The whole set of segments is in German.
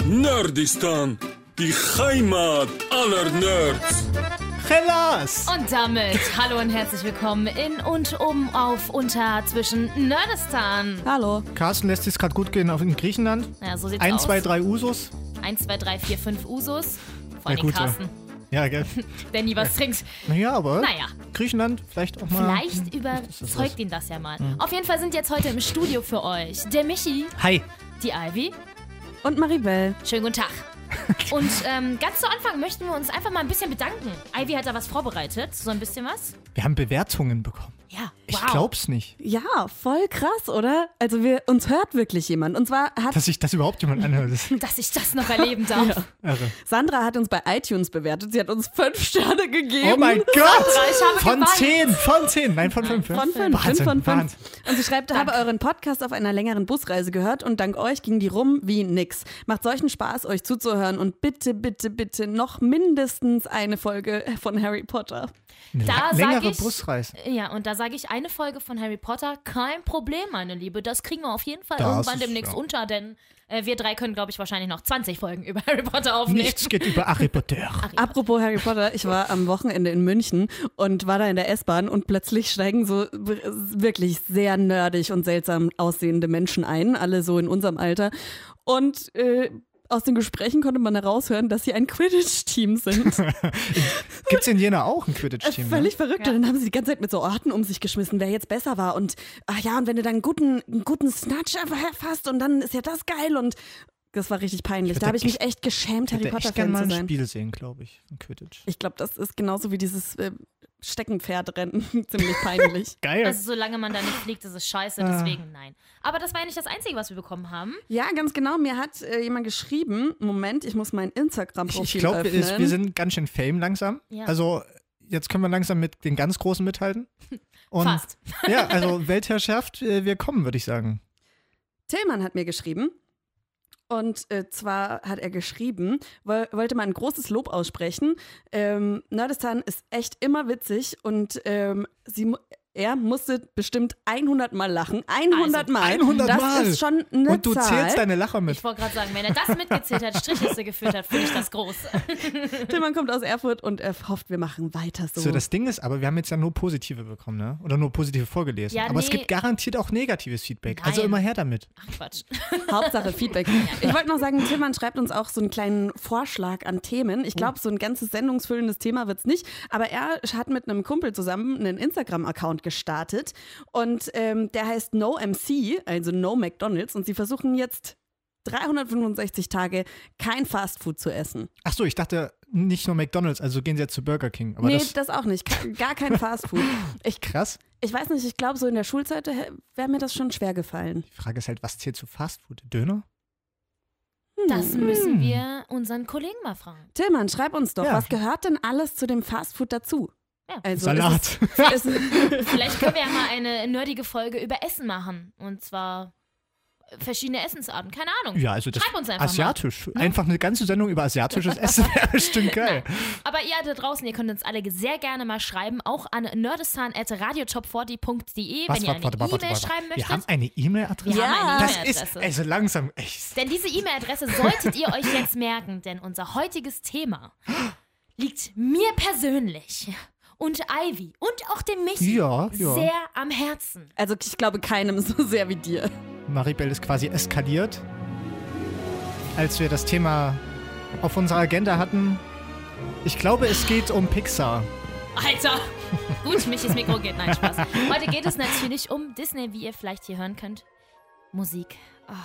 Nerdistan, die Heimat aller Nerds. Hellas! Und damit hallo und herzlich willkommen in und um auf unter zwischen Nerdistan. Hallo. Carsten lässt es gerade gut gehen in Griechenland. Ja, so sieht's 1, aus. 2, 3 Usos. 1, 2, 3, 4, 5 Usos. Vor allem gut, Carsten, Ja, gell? der nie was trinkt. Naja, aber Naja. Griechenland vielleicht auch mal. Vielleicht überzeugt ihn das ja mal. Auf jeden Fall sind jetzt heute im Studio für euch der Michi, Hi. die Ivy. Und Maribel. Schönen guten Tag. Und ganz zu Anfang möchten wir uns einfach mal ein bisschen bedanken. Ivy hat da was vorbereitet, so ein bisschen was. Wir haben Bewertungen bekommen. Ja, Ich wow. glaub's nicht, Ja, voll krass, oder? Also uns hört wirklich jemand. Und zwar hat dass sich das überhaupt jemand anhört. Das ist Dass ich das noch erleben darf. irre. Sandra hat uns bei iTunes bewertet. Sie hat uns 5 Sterne gegeben. Oh mein Gott! ich habe Von geweint. 10, von 10. Nein, von 5. Von 5, Wahnsinn, 5 von 5. Wahnsinn. Und sie schreibt, habe euren Podcast auf einer längeren Busreise gehört und dank euch ging die rum wie nix. Macht solchen Spaß, euch zuzuhören und bitte, bitte, bitte noch mindestens eine Folge von Harry Potter. Eine Da längere sag ich, Busreise. Ja, und da sage ich, eine Folge von Harry Potter, kein Problem, meine Liebe. Das kriegen wir auf jeden Fall Das irgendwann ist, demnächst ja. unter, denn wir drei können, glaube ich, wahrscheinlich noch 20 Folgen über Harry Potter aufnehmen. Nichts geht über Harry Potter. Apropos Harry Potter, ich war am Wochenende in München und war da in der S-Bahn und plötzlich steigen so wirklich sehr nerdig und seltsam aussehende Menschen ein, alle so in unserem Alter. Und aus den Gesprächen konnte man heraushören, dass sie ein Quidditch-Team sind. Gibt's in Jena auch ein Quidditch-Team? Völlig verrückt. Ja. Und dann haben sie die ganze Zeit mit so Orten um sich geschmissen, wer jetzt besser war. Und ach ja, und wenn du dann einen guten Snatch einfach fasst und dann ist ja das geil. Und das war richtig peinlich. Da habe ich mich echt geschämt, Ich Harry würde echt gerne Potter-Fan mal zu ein sein. Spiel sehen, glaube ich, ein Quidditch. Ich glaube, das ist genauso wie dieses Steckenpferdrennen. Ziemlich peinlich. Geil. Also solange man da nicht fliegt, ist es scheiße, deswegen nein. Aber das war ja nicht das Einzige, was wir bekommen haben. Ja, ganz genau. Mir hat jemand geschrieben, Moment, ich muss mein Instagram-Profil Ich glaube, öffnen. wir sind ganz schön fame langsam. Ja. Also jetzt können wir langsam mit den ganz Großen mithalten. Und Fast. Ja, also Weltherrschaft, wir kommen, würde ich sagen. Tillmann hat mir geschrieben. Und zwar hat er geschrieben, wollte mal ein großes Lob aussprechen. Nerdistan ist echt immer witzig und er musste bestimmt 100 Mal lachen. 100 Mal. 100 das Mal. ist schon eine Und du Zahl. zählst deine Lacher mit. Ich wollte gerade sagen, wenn er das mitgezählt hat, Strichliste geführt hat, finde ich das groß. Tillmann kommt aus Erfurt und er hofft, wir machen weiter so. So, das Ding ist, aber wir haben jetzt ja nur positive bekommen, ne? Oder nur positive vorgelesen. Ja, aber es nee. gibt garantiert auch negatives Feedback. Nein. Also immer her damit. Ach Quatsch. Hauptsache Feedback. Ich wollte noch sagen, Tillmann schreibt uns auch so einen kleinen Vorschlag an Themen. Ich glaube, so ein ganzes sendungsfüllendes Thema wird es nicht. Aber er hat mit einem Kumpel zusammen einen Instagram-Account gestartet. Und der heißt NoMC, also No McDonald's. Und sie versuchen jetzt 365 Tage kein Fastfood zu essen. Ach so, ich dachte nicht nur McDonald's, also gehen sie jetzt zu Burger King. Aber Nee, das das auch nicht. Gar kein Fastfood. krass. Ich weiß nicht, ich glaube, so in der Schulzeit wäre mir das schon schwer gefallen. Die Frage ist halt, was zählt zu Fastfood? Döner? Das müssen wir unseren Kollegen mal fragen. Tillmann, schreib uns doch, Ja. was gehört denn alles zu dem Fastfood dazu? Ja. Also Salat. Ist es, Vielleicht können wir ja mal eine nerdige Folge über Essen machen. Und zwar verschiedene Essensarten. Keine Ahnung. Ja, also das Schreib uns einfach asiatisch. Einfach eine ganze Sendung über asiatisches Essen wäre bestimmt geil. Aber ihr da draußen, ihr könnt uns alle sehr gerne mal schreiben, auch an nerdistan@radiotop40.de, wenn ihr eine E-Mail schreiben möchtet. Wir haben eine E-Mail-Adresse? Wir haben eine Das E-Mail-Adresse. ist, also langsam, echt. Denn diese E-Mail-Adresse solltet ihr euch jetzt merken, denn unser heutiges Thema liegt mir persönlich und Ivy und auch dem Michi Ja. sehr am Herzen. also ich glaube keinem so sehr wie dir. Maribel ist quasi eskaliert, als wir das Thema auf unserer Agenda hatten. Ich glaube, es geht um Pixar. Alter! Gut, Michis Mikro geht. Nein, Spaß. Heute geht es natürlich um Disney, wie ihr vielleicht hier hören könnt. Musik.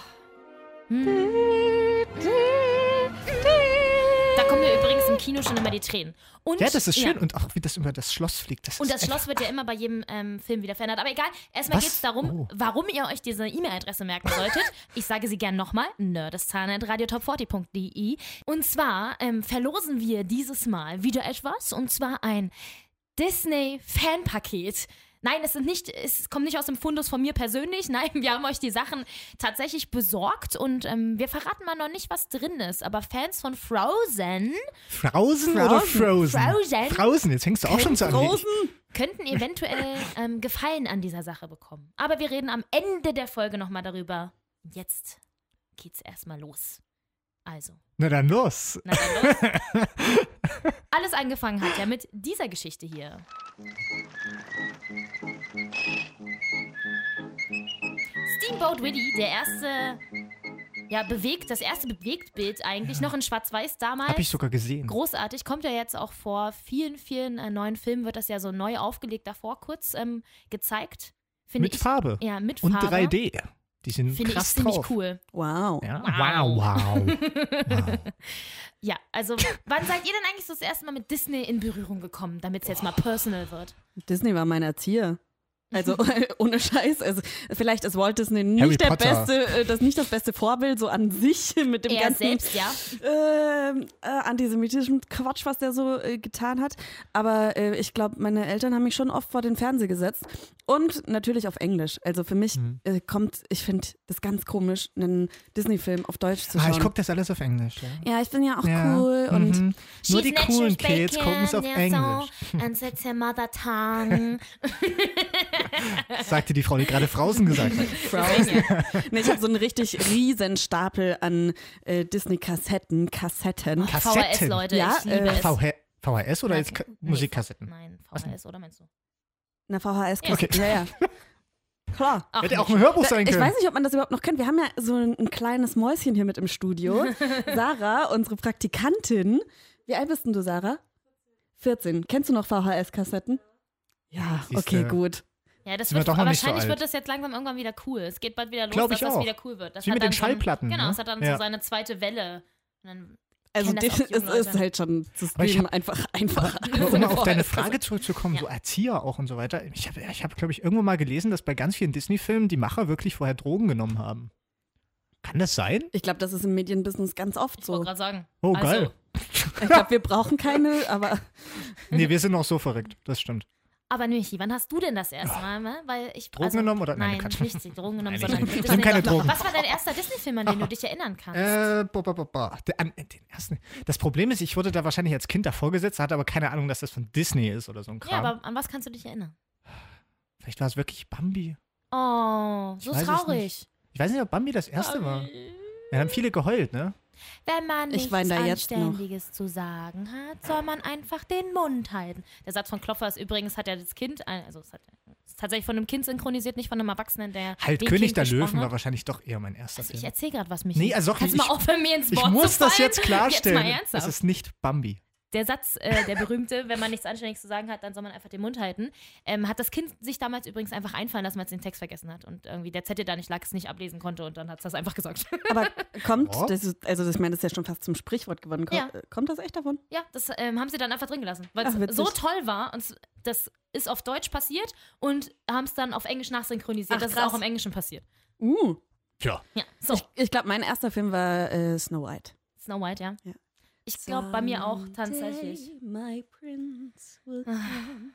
Da kommen mir übrigens im Kino schon immer die Tränen. Und, Ja, das ist schön. ja. Und auch wie das über das Schloss fliegt. Das Und ist das Schloss wird ja immer bei jedem Film wieder verändert. Aber egal, erstmal Was? geht es darum, Oh. warum ihr euch diese E-Mail-Adresse merken solltet. Ich sage sie gern nochmal, nerdistan@radiotop40.de. Und zwar verlosen wir dieses Mal wieder etwas, und zwar ein Disney-Fanpaket. Nein, es kommt nicht aus dem Fundus von mir persönlich. Nein, wir haben euch die Sachen tatsächlich besorgt und wir verraten mal noch nicht, was drin ist. Aber Fans von Frozen Frozen oder Frozen? Frozen. Frozen, jetzt hängst du auch schon so an. Frozen? könnten eventuell Gefallen an dieser Sache bekommen. Aber wir reden am Ende der Folge nochmal darüber. Jetzt geht's erstmal los. Also. Na dann los. Na dann los. Alles angefangen hat ja mit dieser Geschichte hier. Steamboat Willie, der erste, das erste Bewegtbild eigentlich, noch in Schwarz-Weiß damals. Hab ich sogar gesehen. Großartig, kommt ja jetzt auch vor vielen, vielen neuen Filmen, wird das ja so neu aufgelegt davor kurz gezeigt. Mit Farbe. Ja, mit Und Farbe. 3D. Die sind Finde ich krass ziemlich drauf. cool. Wow. Ja? Wow. Wow. Ja, also wann seid ihr denn eigentlich so das erste Mal mit Disney in Berührung gekommen, damit es jetzt mal personal wird? Disney war mein Erzieher. Also ohne Scheiß. Also vielleicht ist Walt Disney Harry nicht Potter. nicht das beste Vorbild so an sich mit dem Er ganzen selbst, ja. antisemitischen Quatsch, was der so getan hat. Aber ich glaube, meine Eltern haben mich schon oft vor den Fernseher gesetzt. Und natürlich auf Englisch. Also für mich ich finde das ganz komisch, einen Disney-Film auf Deutsch zu schauen. Ich gucke das alles auf Englisch. Ja, Ja, ich bin ja auch cool und Nur die coolen Kids gucken es auf Englisch. And that's her mother tongue. Sagte die Frau, die gerade Frausen gesagt hat. Frozen. Nee, ich habe so einen richtig riesen Stapel an Disney-Kassetten. VHS, Leute, Ja, ich liebe es. VHS oder jetzt Nee, Musikkassetten? Nein, VHS, oder meinst du? Na, VHS-Kassetten, Okay. ja. Klar. Ach, Hätte auch ein Hörbuch sein Ich können. weiß nicht, ob man das überhaupt noch kennt. Wir haben ja so ein kleines Mäuschen hier mit im Studio. Sarah, unsere Praktikantin. Wie alt bist denn du, Sarah? 14. Kennst du noch VHS-Kassetten? Ja, Siehste. okay, gut. Ja, das Sind wir wird, doch noch nicht so wahrscheinlich alt. wird das jetzt langsam irgendwann wieder cool. Es geht bald wieder los, Glaub dass ich das auch. wieder cool wird. Das Wie hat mit dann den Schallplatten, Genau, ne? es hat dann Ja. so seine zweite Welle. Und dann Also kennen das auch es junge ist Leute. halt schon das Aber ich Leben hab- einfacher. Aber um auf deine Frage zurückzukommen, Ja. so Erzieher auch und so weiter. Ich hab, glaube ich, irgendwo mal gelesen, dass bei ganz vielen Disney-Filmen die Macher wirklich vorher Drogen genommen haben. Kann das sein? Ich glaube, das ist im Medienbusiness ganz oft Ich wollte so. gerade sagen. Oh, also, geil. Ich glaube, wir brauchen keine, aber Nee, wir sind auch so verrückt. Das stimmt. Aber Michi, wann hast du denn das erste Mal? Ne? Weil ich, Drogen genommen oder- nein, Nein, Quatsch. nicht die Drogen genommen, Nein, sondern ich Disney- nehm keine Drogen. Was war dein erster Disney-Film, an den du dich erinnern kannst? Den ersten. Das Problem ist, ich wurde da wahrscheinlich als Kind davor gesetzt, hatte aber keine Ahnung, dass das von Disney ist oder so ein Ja, Kram. aber an was kannst du dich erinnern? Vielleicht war es wirklich Bambi. Oh, so Ich weiß es traurig. nicht. Ich weiß nicht, ob Bambi das erste war. Ja, haben viele geheult, ne? Wenn man Ich nichts weine da jetzt noch. Anständiges zu sagen hat, soll man einfach den Mund halten. Der Satz von Klopfer ist übrigens, hat ja das Kind, also es ist tatsächlich von einem Kind synchronisiert, nicht von einem Erwachsenen, der Halt, den König Kind der gesprochen Löwen war hat. wahrscheinlich doch eher mein erster Also ich Film. erzähle gerade was, Michi. Nee, also Kannst du mal aufhören, mir ins Ich Wort muss zu das fallen? jetzt klarstellen. Jetzt mal Es ernsthaft. ist nicht Bambi. Der Satz, der berühmte, wenn man nichts Anständiges zu sagen hat, dann soll man einfach den Mund halten, hat das Kind sich damals übrigens einfach einfallen lassen, als es den Text vergessen hat und irgendwie der Zettel da nicht lag, es nicht ablesen konnte und dann hat es das einfach gesagt. Aber kommt, Ja. ich meine, das ist ja schon fast zum Sprichwort geworden. Ja. Kommt das echt davon? Ja, das haben sie dann einfach drin gelassen, weil Ach, es witzig. so toll war und das ist auf Deutsch passiert und haben es dann auf Englisch nachsynchronisiert, Ach, dass es krass. auch im Englischen passiert. Tja. Ja, so, Ich glaube, mein erster Film war Snow White. Snow White, ja. Ja. Ich glaube bei mir auch tatsächlich. My prince will come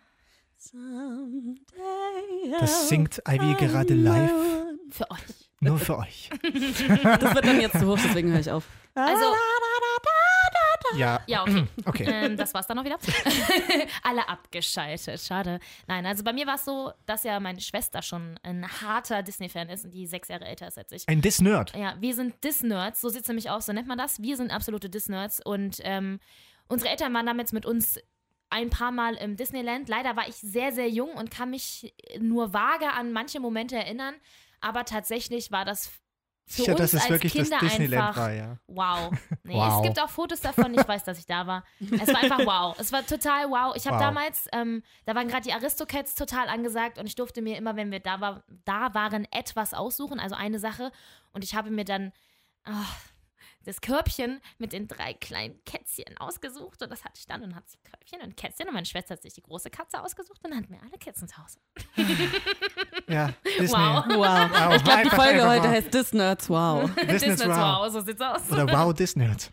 someday. Das singt Ivy gerade live. Für euch. Nur für euch. Das wird dann jetzt zu hoch, deswegen höre ich auf. Also, Ja. ja, okay. Okay. Das war's dann auch wieder. Alle abgeschaltet, schade. Nein, also bei mir war es so, dass ja meine Schwester schon ein harter Disney-Fan ist und die 6 Jahre älter ist als ich. Ein Dis-Nerd. Ja, wir sind Dis-Nerds, so sieht es nämlich aus, so nennt man das. Wir sind absolute Dis-Nerds und unsere Eltern waren damals mit uns ein paar Mal im Disneyland. Leider war ich sehr, sehr jung und kann mich nur vage an manche Momente erinnern, aber tatsächlich war das für Sicher, uns dass es als wirklich Kinder das Disneyland einfach war, ja. wow. Nee, Wow. es gibt auch Fotos davon, ich weiß, dass ich da war. Es war einfach wow. Es war total wow. Ich habe Wow. damals, da waren gerade die Aristocats total angesagt und ich durfte mir immer, wenn wir da waren, etwas aussuchen, also eine Sache. Und ich habe mir dann das Körbchen mit den 3 kleinen Kätzchen ausgesucht und das hatte ich dann und hat das Körbchen und Kätzchen und meine Schwester hat sich die große Katze ausgesucht und dann hatten wir alle Kätzchen zu Hause. Ja, Disney. Wow. Wow. Wow. Ich glaube, die Einfach, Folge einfach heute wow. heißt Dis-Nerds, wow. Disney's Disney wow. wow, so sieht's aus. Oder Wow Dis-Nerds.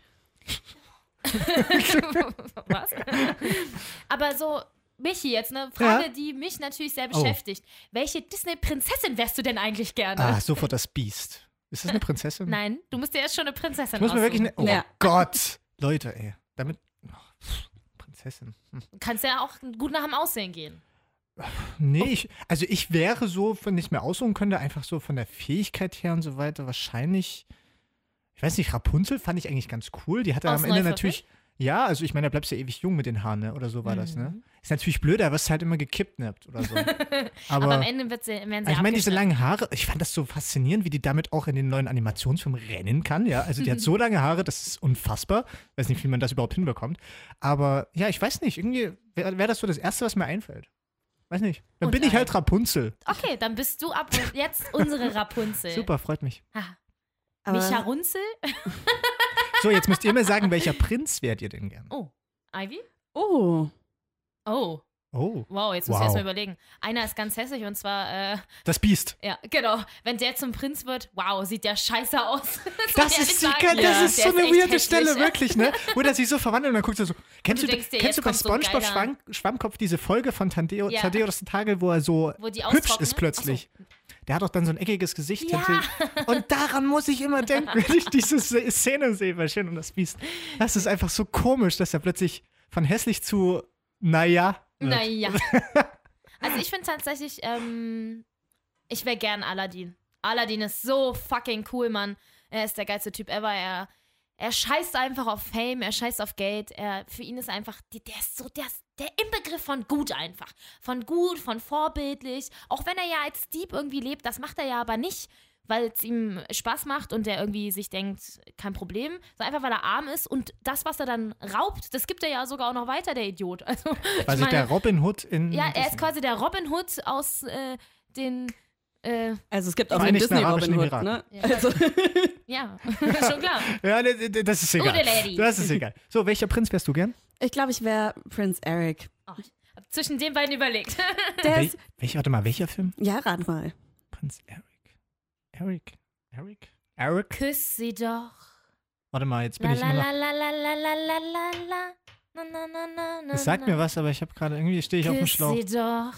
Was? Aber so, Michi, jetzt eine Frage, Ja? die mich natürlich sehr Oh. beschäftigt. Welche Disney-Prinzessin wärst du denn eigentlich gerne? Ah, sofort das Biest. Ist das eine Prinzessin? Nein, du musst dir erst schon eine Prinzessin Ich muss mir wirklich aussuchen. eine. Oh Ja. Gott. Leute, ey. Damit. Prinzessin. Du kannst ja auch gut nach dem Aussehen gehen. Nee, ich wäre so, wenn ich mir aussuchen könnte, einfach so von der Fähigkeit her und so weiter, wahrscheinlich. Ich weiß nicht, Rapunzel fand ich eigentlich ganz cool. Die hatte am Ende natürlich, ja, also ich meine, da bleibst du ja ewig jung mit den Haaren, ne? Oder so war das, ne? Ist natürlich blöd, da wirst du halt immer gekidnappt oder so. Aber am Ende werden sie ich meine, diese langen Haare, ich fand das so faszinierend, wie die damit auch in den neuen Animationsfilmen rennen kann, ja. Also die hat so lange Haare, das ist unfassbar. Ich weiß nicht, wie man das überhaupt hinbekommt. Aber ja, ich weiß nicht, irgendwie wäre das so das Erste, was mir einfällt. Weiß nicht. Dann bin ich halt Rapunzel. Okay, dann bist du ab jetzt unsere Rapunzel. Super, freut mich. Micha Runzel? So, jetzt müsst ihr mir sagen, welcher Prinz wärt ihr denn gern? Oh, Ivy? Oh. Wow, jetzt muss ich erst mal überlegen. Einer ist ganz hässlich und zwar das Biest. Ja, genau. Wenn der zum Prinz wird, wow, sieht der scheiße aus. Das ist so eine weirde Stelle, wirklich, ne? Wo der sich so verwandelt und dann guckst du so. Kennst du bei SpongeBob Schwammkopf diese Folge von Thaddäus Tentakel, wo er so hübsch ist plötzlich? So. Der hat doch dann so ein eckiges Gesicht. Ja. Und daran muss ich immer denken, wenn ich diese Szene sehe bei Schön und das Biest. Das ist einfach so komisch, dass er plötzlich von hässlich zu naja. Also ich finde tatsächlich, ich wäre gern Aladdin. Aladdin ist so fucking cool, Mann. Er ist der geilste Typ ever. Er scheißt einfach auf Fame, er scheißt auf Geld. Für ihn ist einfach, der ist der Inbegriff von gut einfach. Von gut, von vorbildlich. Auch wenn er ja als Dieb irgendwie lebt, das macht er ja aber nicht, weil es ihm Spaß macht und der irgendwie sich denkt, kein Problem, sondern einfach, weil er arm ist und das, was er dann raubt, das gibt er ja sogar auch noch weiter, der Idiot. Also, quasi der Robin Hood in... Ja, er ist quasi der Robin Hood aus den... Also es gibt auch einen Disney-Robin Hood, ne? Ja, also. Ja, schon klar. Ja, das ist egal. Das ist egal. So, welcher Prinz wärst du gern? Ich glaube, ich wäre Prinz Eric. Oh, ich hab zwischen den beiden überlegt. Warte mal, welcher Film? Ja, rat mal. Prinz Eric? Küss sie doch. Warte mal, jetzt bin ich immer noch... Das sagt mir was, aber ich habe gerade irgendwie, stehe ich auf dem Schlauch. Küss sie doch.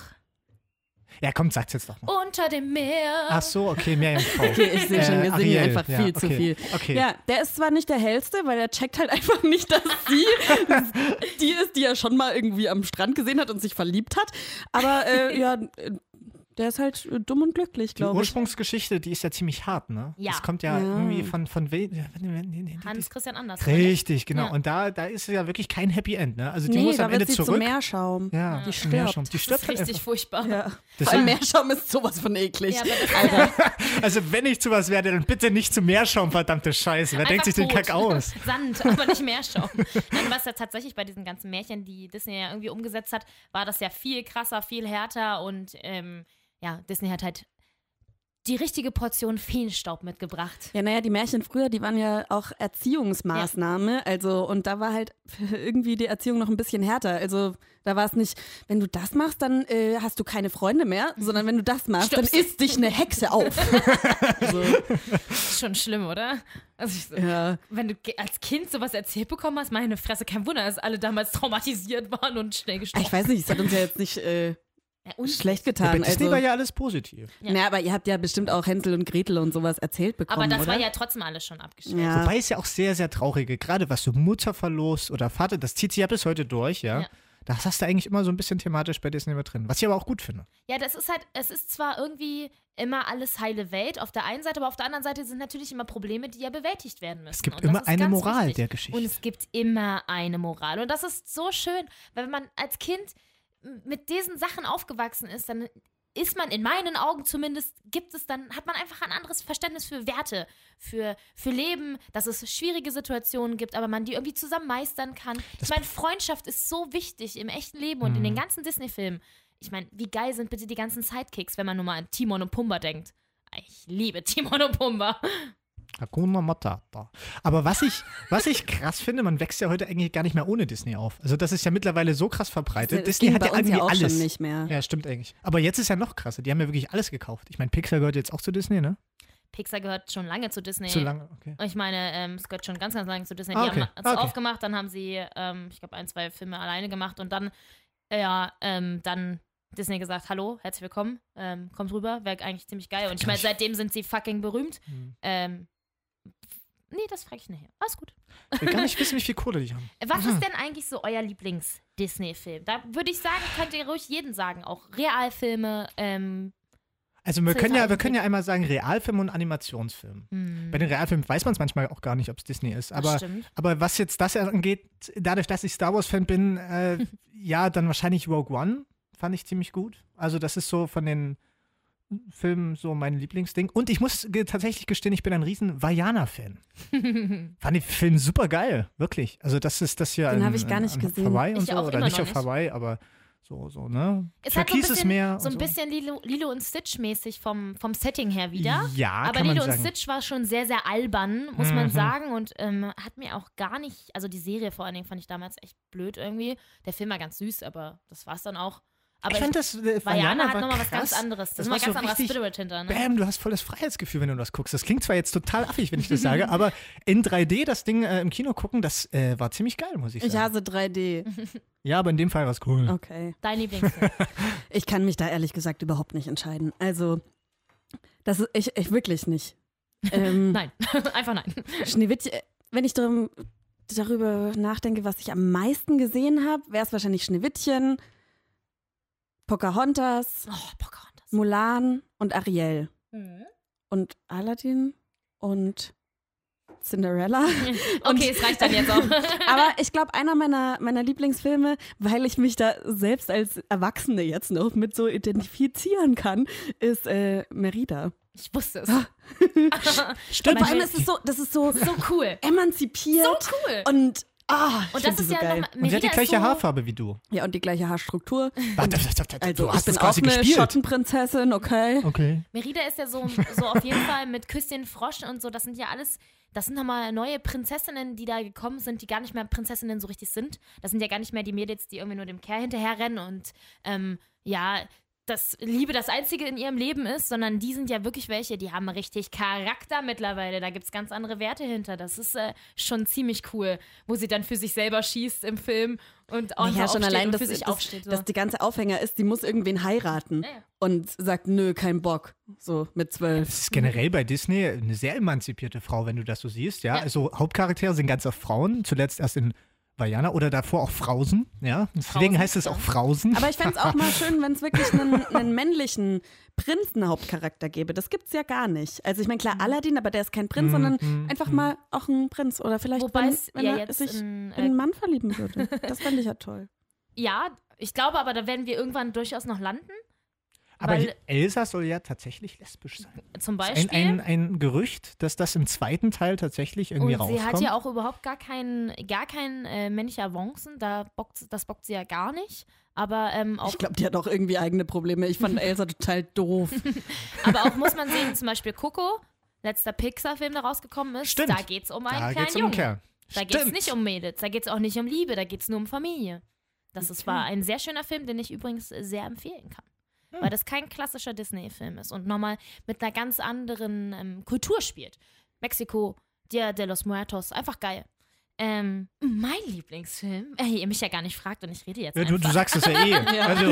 Ja, komm, sag's jetzt doch mal. Unter dem Meer. Ach so, okay, Miriam Frau. Okay, ich sehe schon, wir singen Ariel, einfach viel zu viel. Okay. Ja, der ist zwar nicht der hellste, weil er checkt halt einfach nicht, dass sie die ist, die er schon mal irgendwie am Strand gesehen hat und sich verliebt hat. Aber ja, der ist halt dumm und glücklich, glaube ich. Die Ursprungsgeschichte, die ist ja ziemlich hart, ne? Ja. Das kommt ja irgendwie von Hans Christian Andersen. Richtig, genau. Ja. Und da ist ja wirklich kein Happy End, ne? Also die Nee, muss da am Ende wird sie zurück. zum Meerschaum. Ja, Die stirbt. Die Das stirbt ist halt richtig einfach. furchtbar. Ja. Das Vor allem ist- Meerschaum ist sowas von eklig. Ja, aber das Also wenn ich zu was werde, dann bitte nicht zum Meerschaum, verdammte Scheiße. Wer denkt sich den tot. Kack aus? Sand, aber nicht Meerschaum. Nein, was ja tatsächlich bei diesen ganzen Märchen, die Disney ja irgendwie umgesetzt hat, war das ja viel krasser, viel härter und ja, Disney hat halt die richtige Portion Feenstaub mitgebracht. Ja, naja, die Märchen früher, die waren ja auch Erziehungsmaßnahme. Also, und da war halt irgendwie die Erziehung noch ein bisschen härter. Also, da war es nicht, wenn du das machst, dann hast du keine Freunde mehr, sondern wenn du das machst, Stirbst. dann isst dich eine Hexe auf. So, Ist schon schlimm, oder? Also ja. wenn du als Kind sowas erzählt bekommen hast, meine Fresse, kein Wunder, dass alle damals traumatisiert waren und schnell gestorben. Ich weiß nicht, es hat uns ja jetzt nicht schlecht Ja, getan. bei Disney Also, war ja alles positiv. Ja. na, aber ihr habt ja bestimmt auch Hänsel und Gretel und sowas erzählt bekommen, Aber das oder? war ja trotzdem alles schon abgeschrieben. Ja. Wobei es ja auch sehr, sehr traurige, gerade was so Mutterverlust oder Vater, das zieht sich ja bis heute durch, ja. Ja. Das hast du eigentlich immer so ein bisschen thematisch bei Disney mit drin. Was ich aber auch gut finde. Ja, das ist halt, es ist zwar irgendwie immer alles heile Welt auf der einen Seite, aber auf der anderen Seite sind natürlich immer Probleme, die ja bewältigt werden müssen. Es gibt Und das immer ist eine ganz Moral wichtig. der Geschichte. Und es gibt immer eine Moral. Und das ist so schön, weil wenn man als Kind mit diesen Sachen aufgewachsen ist, dann ist man in meinen Augen zumindest, hat man einfach ein anderes Verständnis für Werte, für Leben, dass es schwierige Situationen gibt, aber man die irgendwie zusammen meistern kann. Ich meine, Freundschaft ist so wichtig im echten Leben und in den ganzen Disney-Filmen. Ich meine, wie geil sind bitte die ganzen Sidekicks, wenn man nur mal an Timon und Pumba denkt. Ich liebe Timon und Pumba. Hakuna Matata. Aber was ich krass finde, man wächst ja heute eigentlich gar nicht mehr ohne Disney auf. Also das ist ja mittlerweile so krass verbreitet. Das Disney ging hat bei ja uns irgendwie ja auch alles. schon nicht mehr. Ja, stimmt eigentlich. Aber jetzt ist ja noch krasser. Die haben ja wirklich alles gekauft. Ich meine, Pixar gehört jetzt auch zu Disney, ne? Pixar gehört schon lange zu Disney. Zu lange, okay. Ich meine, es gehört schon ganz, ganz lange zu Disney. Ah, Die okay. haben es Ah, okay. aufgemacht, dann haben sie, ich glaube, 1, 2 Filme alleine gemacht und dann, dann Disney gesagt, hallo, herzlich willkommen, kommt rüber, wäre eigentlich ziemlich geil. Und ich meine, seitdem sind sie fucking berühmt. Nee, das frage ich nachher. Alles gut. Ich will gar nicht wissen, wie viel Kohle die haben. Was ist denn eigentlich so euer Lieblings-Disney-Film? Da würde ich sagen, könnt ihr ruhig jeden sagen, auch Realfilme. Also wir können Filtereinblick. ja einmal sagen Realfilm und Animationsfilm. Bei den Realfilmen weiß man es manchmal auch gar nicht, ob es Disney ist. Das stimmt. Aber was jetzt das angeht, dadurch, dass ich Star Wars-Fan bin, ja, dann wahrscheinlich Rogue One fand ich ziemlich gut. Also das ist so von den Filmen so mein Lieblingsding. Und ich muss tatsächlich gestehen, ich bin ein riesen Vajana-Fan. Fand den Film super geil, wirklich. Also das ist das hier Den habe ich gar nicht gesehen. Hawaii und Ich so, auch oder immer nicht noch auf nicht. Hawaii, aber so, ne? Ist halt Türkises Meer so ein und bisschen Lilo und Stitch-mäßig vom Setting her wieder. Ja, Aber kann man Lilo und sagen. Stitch war schon sehr, sehr albern, muss man sagen. Und hat mir auch gar nicht, also die Serie vor allen Dingen fand ich damals echt blöd irgendwie. Der Film war ganz süß, aber das war's dann auch. Aber Ich fand das, Vajana Vajana hat war nochmal was krass. ganz anderes. Das ist war nochmal ganz so anderer richtig, Spirit hinter, ne? Bam, du hast volles Freiheitsgefühl, wenn du das guckst. Das klingt zwar jetzt total affig, wenn ich das sage, aber in 3D das Ding im Kino gucken, das war ziemlich geil, muss ich Ich sagen. hasse 3D. Ja, aber in dem Fall war es cool. Okay. Dein Lieblingsfilm. Ich kann mich da ehrlich gesagt überhaupt nicht entscheiden. Also, das ist ich wirklich nicht. Nein, einfach nein. Schneewittchen, wenn ich darüber nachdenke, was ich am meisten gesehen habe, wäre es wahrscheinlich Schneewittchen, Pocahontas, Oh, Pocahontas. Mulan und Ariel. Und Aladdin und Cinderella. Okay, es reicht dann jetzt auch. Aber ich glaube, einer meiner Lieblingsfilme, weil ich mich da selbst als Erwachsene jetzt noch mit so identifizieren kann, ist Merida. Ich wusste es. Stimmt. Vor allem ist es das ist so So cool. emanzipiert. So cool. Und ich Und find das die ist so ja geil. nochmal. Und sie hat die gleiche Haarfarbe wie du. Ja, und die gleiche Haarstruktur. Warte, Also du ich hast bin das auch quasi eine gespielt. Schottenprinzessin, okay. Okay. Merida ist ja so auf jeden Fall mit Küsschen Frosch und so. Das sind ja alles, das sind nochmal neue Prinzessinnen, die da gekommen sind, die gar nicht mehr Prinzessinnen so richtig sind. Das sind ja gar nicht mehr die Mädels, die irgendwie nur dem Kerl hinterherrennen und ja, dass Liebe das Einzige in ihrem Leben ist, sondern die sind ja wirklich welche, die haben richtig Charakter mittlerweile. Da gibt es ganz andere Werte hinter. Das ist schon ziemlich cool, wo sie dann für sich selber schießt im Film und auch Ja, schon allein, und dass, für sich aufsteht. So. dass die ganze Aufhänger ist, die muss irgendwen heiraten Ja, ja. und sagt, nö, kein Bock. So mit 12. Das ist generell bei Disney eine sehr emanzipierte Frau, wenn du das so siehst. Ja, Ja. also Hauptcharaktere sind ganz oft Frauen, zuletzt erst in Vajana oder davor auch Frausen. Ja, deswegen Frausen, heißt es ja. auch Frausen. Aber ich fände es auch mal schön, wenn es wirklich einen männlichen Prinzen-Hauptcharakter gäbe. Das gibt's ja gar nicht. Also ich meine, klar, Aladdin, aber der ist kein Prinz, sondern einfach mal auch ein Prinz. Oder vielleicht, Wobei es wenn ja er jetzt sich in, in einen Mann verlieben würde. Das fände ich ja toll. Ja, ich glaube aber, da werden wir irgendwann durchaus noch landen. Aber weil- Elsa soll ja tatsächlich lesbisch sein. Zum Ein, Beispiel. ein Gerücht, dass das im zweiten Teil tatsächlich irgendwie Und rauskommt. sie hat ja auch überhaupt gar kein männlicher Avancen. Das bockt sie ja gar nicht. Aber auch, Ich glaube, die hat auch irgendwie eigene Probleme. Ich fand Elsa total doof. aber auch muss man sehen, zum Beispiel Coco, letzter Pixar-Film, der rausgekommen ist. Stimmt. Da geht es um einen Da kleinen geht's um einen Jungen. Kerl. Da geht es Stimmt. nicht um Mädels, da geht es auch nicht um Liebe, da geht es nur um Familie. War ein sehr schöner Film, den ich übrigens sehr empfehlen kann. Weil das kein klassischer Disney-Film ist und nochmal mit einer ganz anderen Kultur spielt. Mexiko, Dia de los Muertos, einfach geil. Mein Lieblingsfilm, ihr mich ja gar nicht fragt und ich rede jetzt Ja, einfach. du sagst es ja eh. Also,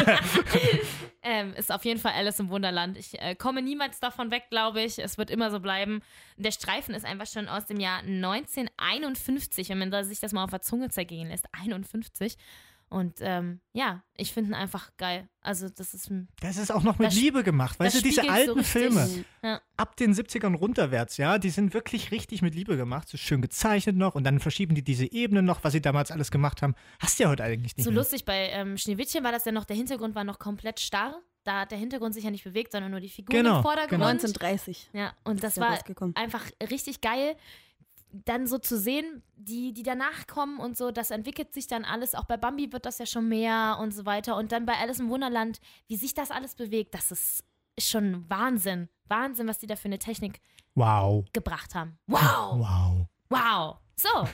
Ist auf jeden Fall Alice im Wunderland. Ich komme niemals davon weg, glaube ich. Es wird immer so bleiben. Der Streifen ist einfach schon aus dem Jahr 1951, wenn man sich das mal auf der Zunge zergehen lässt. 51. Und ja, ich finde ihn einfach geil. Also das ist das ist auch noch mit Das- Liebe gemacht. Weißt das du, diese spiegelt so alten richtig. Filme Ja. ab den 70ern runterwärts, ja, die sind wirklich richtig mit Liebe gemacht. So schön gezeichnet noch und dann verschieben die diese Ebenen noch, was sie damals alles gemacht haben. Hast du ja heute eigentlich nicht So mehr. lustig, bei Schneewittchen war das ja noch, der Hintergrund war noch komplett starr. Da hat der Hintergrund sich ja nicht bewegt, sondern nur die Figur Genau, im Vordergrund. 1930. Ja, und das ist ja war rausgekommen. einfach richtig geil, dann so zu sehen, die danach kommen und so, das entwickelt sich dann alles. Auch bei Bambi wird das ja schon mehr und so weiter. Und dann bei Alice im Wunderland, wie sich das alles bewegt, das ist schon Wahnsinn. Wahnsinn, was die da für eine Technik Wow. gebracht haben. Wow! Wow. Wow! So.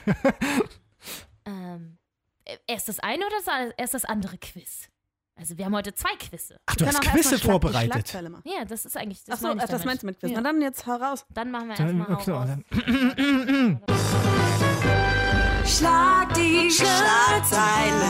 Erst das eine oder erst das andere Quiz? Also wir haben heute 2 Quizze. Ach, du Wir hast können auch erst Quizze mal die vorbereitet. Schlagzeile machen. Ja, das ist eigentlich, Achso, meine ich das damit. meinst du mit Quiz. Ja. Na dann jetzt hau raus. Dann machen wir Dann- erstmal okay, raus. dann- Schlag die Schlagzeile.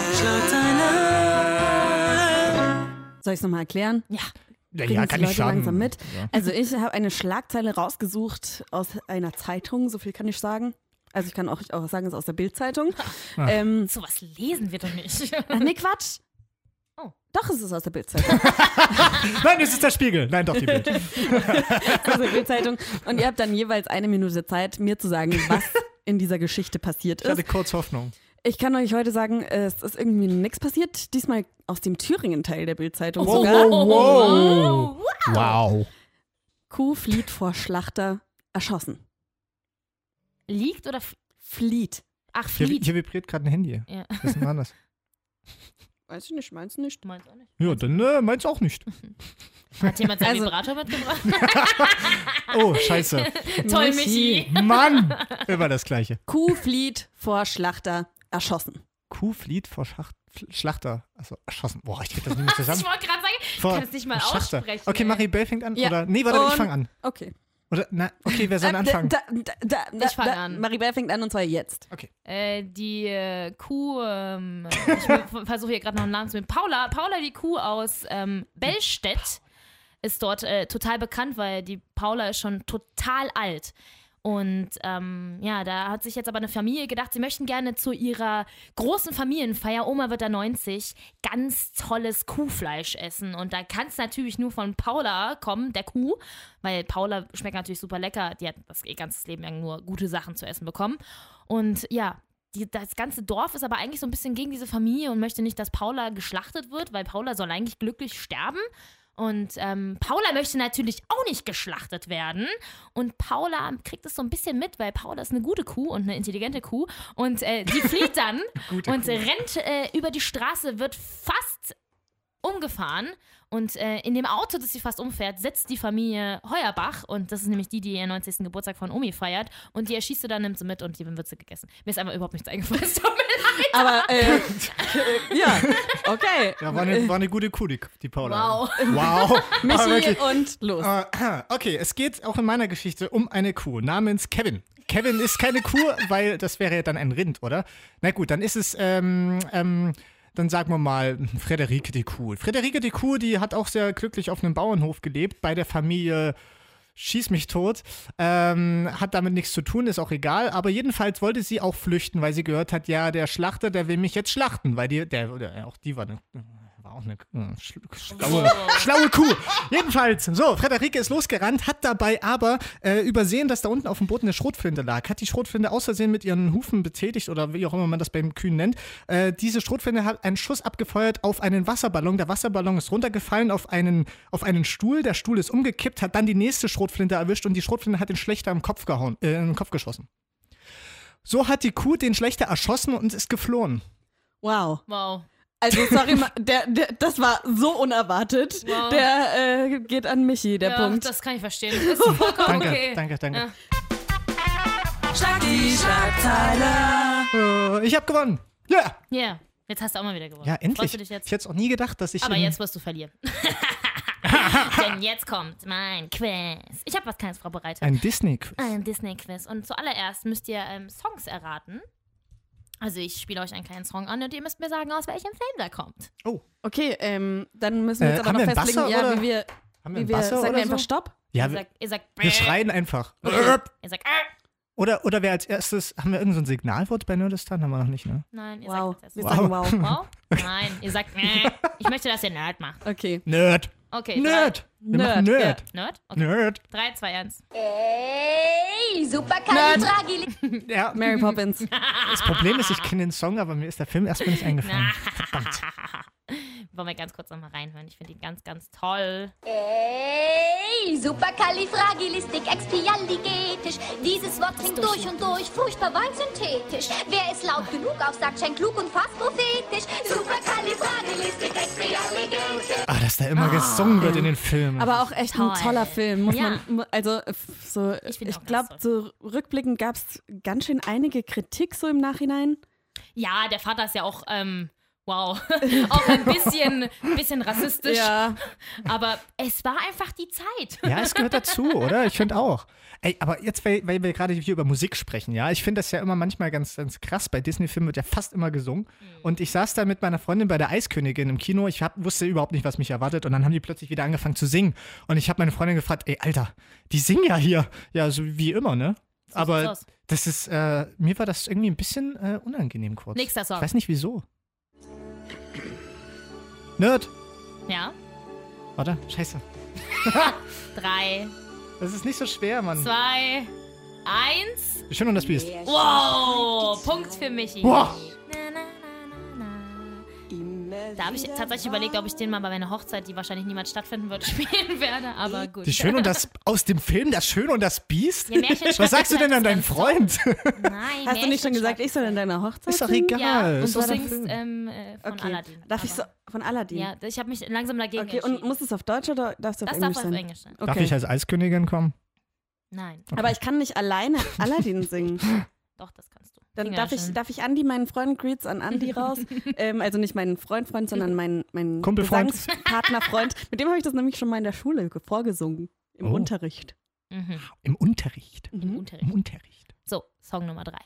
Soll ich es nochmal erklären? Ja. Ja, Kriegen ja, es kann die ich Leute schaden. langsam mit. Ja. Also ich habe eine Schlagzeile rausgesucht aus einer Zeitung, so viel kann ich sagen. Also ich kann auch sagen, es ist aus der Bild-Zeitung. Ah. Sowas lesen wir doch nicht. Ach nee, Quatsch. Doch, es ist aus der Bild-Zeitung. Nein, es ist der Spiegel. Nein, doch die Bild. Aus der Bild-Zeitung. Und ihr habt dann jeweils 1 Minute Zeit, mir zu sagen, was in dieser Geschichte passiert Ich hatte ist. kurz Hoffnung. Ich kann euch heute sagen, es ist irgendwie nichts passiert. Diesmal aus dem Thüringen-Teil der Bild-Zeitung Wow, sogar. wow, wow. Wow. Kuh flieht vor Schlachter erschossen. Liegt oder Flieht. ach, Hier flieht? vibriert gerade ein Handy. Ja. Was war das? Weiß ich nicht, meinst du nicht? Du meinst auch nicht. Ja, dann meins auch nicht. Hat jemand seinen Also- Vibrator mitgebracht? Oh, scheiße. Toll, Michi. Mann! Immer das Gleiche. Kuh flieht vor Schlachter erschossen. Kuh flieht vor Schlachter. Also erschossen. Boah, ich krieg das nicht mehr zusammen. Ich wollte gerade sagen, ich Vor kann es nicht mal Schlachter. aussprechen. Okay, ey. Maribel fängt an. Ja. Oder? Nee, warte, ich Und- fange an. Okay. Oder, okay, wer soll anfangen? Ich fang an. Maribel fängt an und zwar jetzt. Die Kuh, ich versuche hier gerade noch einen Namen zu nehmen. Paula, die Kuh aus Bellstedt, ist dort total bekannt, weil die Paula ist schon total alt. Und ja, da hat sich jetzt aber eine Familie gedacht, sie möchten gerne zu ihrer großen Familienfeier, Oma wird da 90, ganz tolles Kuhfleisch essen. Und da kann es natürlich nur von Paula kommen, der Kuh, weil Paula schmeckt natürlich super lecker. Die hat das ihr ganzes Leben lang nur gute Sachen zu essen bekommen. Und ja, das ganze Dorf ist aber eigentlich so ein bisschen gegen diese Familie und möchte nicht, dass Paula geschlachtet wird, weil Paula soll eigentlich glücklich sterben. Und Paula möchte natürlich auch nicht geschlachtet werden. Und Paula kriegt es so ein bisschen mit, weil Paula ist eine gute Kuh und eine intelligente Kuh. Und die flieht dann und rennt über die Straße, wird fast umgefahren. Und in dem Auto, das sie fast umfährt, sitzt die Familie Heuerbach. Und das ist nämlich die ihren 90. Geburtstag von Omi feiert. Und die erschießt sie dann, nimmt sie mit und die wird sie gegessen. Mir ist einfach überhaupt nichts eingefallen. Es tut mir leid. Aber, ja, okay. Ja, war eine gute Kuh, die Paula. Wow. Wow. Aber Michi wirklich. und los. Okay, es geht auch in meiner Geschichte um eine Kuh namens Kevin. Kevin ist keine Kuh, weil das wäre ja dann ein Rind, oder? Na gut, dann ist es, dann sagen wir mal Friederike die Kuh. Friederike die Kuh, die hat auch sehr glücklich auf einem Bauernhof gelebt, bei der Familie Schieß mich tot, hat damit nichts zu tun, ist auch egal, aber jedenfalls wollte sie auch flüchten, weil sie gehört hat, ja, der Schlachter, der will mich jetzt schlachten, weil auch die war auch eine schlaue Kuh. Jedenfalls, so, Friederike ist losgerannt, hat dabei aber übersehen, dass da unten auf dem Boden eine Schrotflinte lag. Hat die Schrotflinte aus Versehen mit ihren Hufen betätigt oder wie auch immer man das beim Kühen nennt. Diese Schrotflinte hat einen Schuss abgefeuert auf einen Wasserballon. Der Wasserballon ist runtergefallen auf einen Stuhl. Der Stuhl ist umgekippt, hat dann die nächste Schrotflinte erwischt und die Schrotflinte hat den Schlächter im Kopf geschossen. So hat die Kuh den Schlächter erschossen und ist geflohen. Wow. Wow. Also, sorry, das war so unerwartet. Wow. Der geht an Michi, der Ja, Punkt. das kann ich verstehen. Ist vollkommen okay. Danke. Ja. Schlag die Schlagzeile. Ich habe gewonnen. Ja. Ja, jetzt hast du auch mal wieder gewonnen. Ja, endlich. Freust du dich Ich jetzt? hätte es auch nie gedacht, dass ich. Aber jetzt wirst du verlieren. Denn jetzt kommt mein Quiz. Ich habe was Kleines vorbereitet. Ein Disney-Quiz. Ein Disney-Quiz. Und zuallererst müsst ihr Songs erraten. Also ich spiele euch einen kleinen Song an und ihr müsst mir sagen, aus welchem Film der kommt. Okay, dann müssen wir jetzt aber haben noch wir einen festlegen, Basser, ja, oder? wie wir Haben wir einen Basser sagen oder wir einfach so? Stopp. Ja, Ihr sagt wir schreien einfach. Ihr sagt Oder wer als erstes, haben wir irgend so ein Signalwort bei Nerdistan? Haben wir noch nicht, ne? Nein, ihr Wow. sagt Wir jetzt sagen wow. wow. Nein, ihr sagt ich möchte, dass ihr Nerd macht. Okay. Nerd. Okay, Nerd. Wir machen Nerd, Nerd. Nerd? Okay. Nerd. 3, 2, 1. Ey, supercalifragilistik. Ja. Mary Poppins. Das Problem ist, ich kenne den Song, aber mir ist der Film erstmal nicht eingefallen. Verdammt. Wollen wir ganz kurz nochmal reinhören. Ich finde ihn ganz, ganz toll. Ey, supercalifragilistik-expialigetisch. Dieses Wort klingt durch und durch furchtbar weit synthetisch. Wer es laut genug aufsagt, scheint klug und fast prophetisch. Supercalifragilistik-expialigetisch. Dass da immer gesungen wird in den Filmen. Aber auch echt ein Toll. toller Film. Muss Ja. man, also so, Ich finde ich auch glaube, ganz so rückblickend gab es ganz schön einige Kritik so im Nachhinein. Ja, der Vater ist ja auch, wow, auch ein bisschen rassistisch. Ja. Aber es war einfach die Zeit. Ja, es gehört dazu, oder? Ich finde auch. Ey, aber jetzt, weil wir gerade hier über Musik sprechen, ja, ich finde das ja immer manchmal ganz, ganz krass. Bei Disney-Filmen wird ja fast immer gesungen. Und ich saß da mit meiner Freundin bei der Eiskönigin im Kino. Ich wusste überhaupt nicht, was mich erwartet. Und dann haben die plötzlich wieder angefangen zu singen. Und ich habe meine Freundin gefragt, ey, Alter, die singen ja hier. Ja, so wie immer, ne? So Aber sieht's aus. das ist, mir war das irgendwie ein bisschen unangenehm kurz. Nächster Song. Ich weiß nicht, wieso. Nerd. Ja. Warte, scheiße. 3, Das ist nicht so schwer, Mann. 2, 1. Schön und das Biest. Wow, Punkt für Michi. Boah. Da habe ich tatsächlich überlegt, ob ich den mal bei meiner Hochzeit, die wahrscheinlich niemals stattfinden wird, spielen werde, aber gut. Die Schön und das aus dem Film Das Schön und das Biest? Ja, Märchen Was sagst du denn an deinen ganz Freund? Nein, Hast du nicht schon gesagt, ich soll in deiner Hochzeit Ist doch singen? egal. Ja, und Ist du doch der singst Film. von Okay. Aladdin. Darf ich so, aber- von Aladdin? Ja, ich habe mich langsam dagegen Okay, entschieden. und muss es auf Deutsch oder darf es auf das Englisch darf auf sein? Englisch sein. Okay. Darf ich als Eiskönigin kommen? Nein, Aber ich kann nicht alleine Aladdin singen. doch, das kannst du. Dann Kriegen wir darf ja ich, schon. darf ich Andi, meinen Freund, Greets an Andi raus. Also nicht meinen Freund, sondern meinen Kumpelfreund. Gesangspartnerfreund. Mit dem habe ich das nämlich schon mal in der Schule vorgesungen. Im Oh. Unterricht. Mhm. Im Unterricht. Im Unterricht. Im Unterricht. So, Song Nummer 3.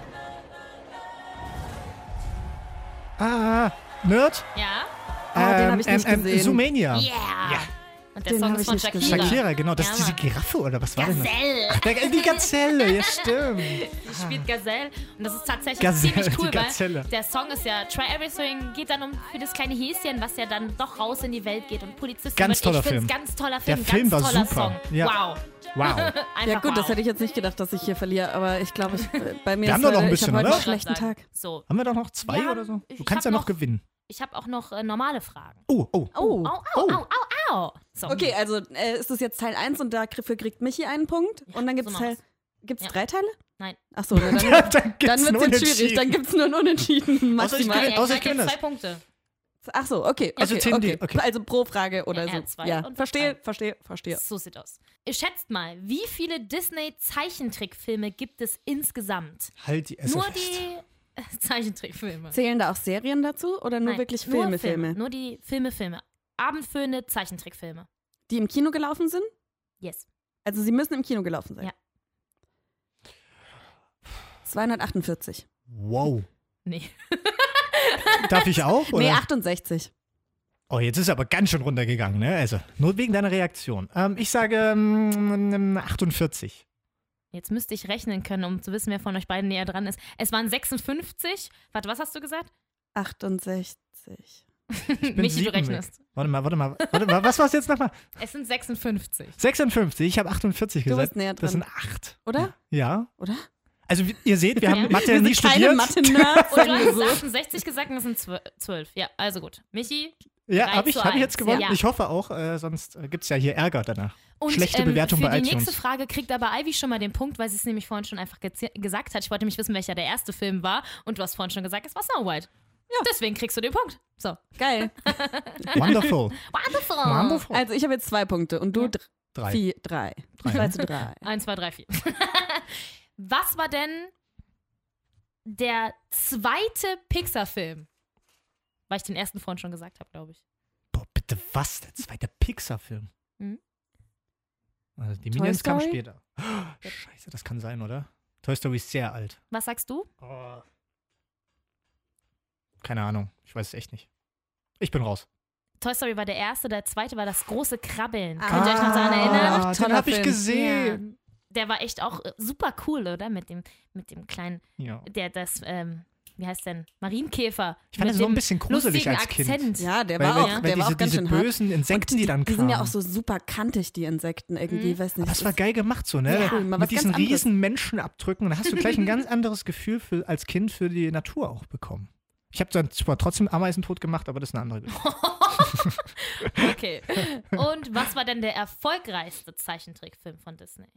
Nerd? Ja? Den hab ich nicht gesehen. Zoomania. Yeah! Und der Den Song hab ist ich von nicht Shakira. gesehen. Shakira, genau. Das Ja, ist diese Mann. Giraffe, oder was war denn das? Gazelle. Die Gazelle, ja stimmt. Die spielt Gazelle. Und das ist tatsächlich Gazelle, ziemlich cool, die Gazelle. weil der Song ist ja Try Everything, geht dann für das kleine Häschen, was ja dann doch raus in die Welt geht und Polizist Ganz toller Ich finde Film. es ganz toller Film. Der Film ganz war toller super. Song. Ja. Wow. Wow. Einfach Ja gut, wow. das hätte ich jetzt nicht gedacht, dass ich hier verliere, aber ich glaube, bei mir Wir ist haben doch noch ein heute, bisschen, ich habe heute oder? einen schlechten Sagen. Tag. So, Haben wir doch noch 2 Ja, oder so? Du ich kannst hab ja noch noch- gewinnen. ich habe auch noch normale Fragen. Oh. Au, au, au, au. So. Okay, also ist das jetzt Teil 1 und dafür kriegt Michi einen Punkt und dann gibt es so machen Teil. Gibt es Ja. 3 Teile? Nein. Achso, dann, Dann dann gibt's wird einen es jetzt schwierig. Dann Unentschieden. gibt es nur ein Unentschieden Außer ich maximal. gewinne. Ja, Außer ich ich gewinne jetzt das. 2 Punkte. Achso, okay. Also okay, 10 okay. okay. Also pro Frage oder Ja, so. er hat 2 Ja, und verstehe, ein. verstehe. So sieht aus. Ihr schätzt mal, wie viele Disney-Zeichentrickfilme gibt es insgesamt? Halt die Esse Nur fest. die Zeichentrickfilme. Zählen da auch Serien dazu oder nur Nein, wirklich nur Filme? Nur die Filme. Abendfüllende Zeichentrickfilme. Die im Kino gelaufen sind? Yes. Also sie müssen im Kino gelaufen sein. Ja. 248. Wow. Nee. Darf ich auch? Oder? Nee, 68. Oh, jetzt ist er aber ganz schön runtergegangen, ne? Also, nur wegen deiner Reaktion. Ich sage 48. Jetzt müsste ich rechnen können, um zu wissen, wer von euch beiden näher dran ist. Es waren 56. Warte, was hast du gesagt? 68. bin Michi, 7 du rechnest. Warte mal. Was war es jetzt nochmal? Es sind 56. 56. Ich habe 48 Du gesagt. bist näher Das dran. sind 8. Oder? Ja. Oder? Also, ihr seht, wir haben Ja. Mathe Wir nie sind keine studiert. Mathe-Nerds. Und du hast so. 68 gesagt und das sind 12. Ja, also gut. Michi. Ja, 3 habe ich zu jetzt 1. gewonnen. Ja. Ich hoffe auch, sonst gibt es ja hier Ärger danach. Und, Schlechte Bewertung für bei die iTunes. nächste Frage kriegt aber Ivy schon mal den Punkt, weil sie es nämlich vorhin schon einfach gesagt hat. Ich wollte nämlich wissen, welcher der erste Film war. Und du hast vorhin schon gesagt, es war Snow White. Ja. Deswegen kriegst du den Punkt. So. Geil. Wonderful. Wonderful. Wonderful. Also ich habe jetzt 2 Punkte und du 3. 3. Drei. 2 zu 3. 1, 2, 3, 4. Was war denn der zweite Pixar-Film? Weil ich den ersten vorhin schon gesagt habe, glaube ich. Boah, bitte was? Der zweite Pixar-Film. Mhm. Also die Toy Minions kamen Story? später. Scheiße, das kann sein, oder? Toy Story ist sehr alt. Was sagst du? Oh. Keine Ahnung. Ich weiß es echt nicht. Ich bin raus. Toy Story war der erste, der zweite war das große Krabbeln. Könnt ihr euch noch daran erinnern? Ach, Den toller habe ich Film. gesehen. Der war echt auch super cool, oder? Mit dem kleinen, Ja. wie heißt denn? Marienkäfer. Ich fand mit das so ein dem bisschen gruselig lustigen als Kind. Akzent. Ja, der Weil, war auch, der war auch ganz diese schön hart. bösen Insekten, die dann Die kamen. sind ja auch so super kantig, die Insekten irgendwie. Weiß nicht. Aber es war geil gemacht so, ne? Ja. Cool, mal was Mit diesen ganz anderes. riesen Menschenabdrücken. Da hast du gleich ein ganz anderes Gefühl als Kind für die Natur auch bekommen. Ich habe dann zwar trotzdem Ameisentod gemacht, aber das ist eine andere Geschichte. Okay. Und was war denn der erfolgreichste Zeichentrickfilm von Disney?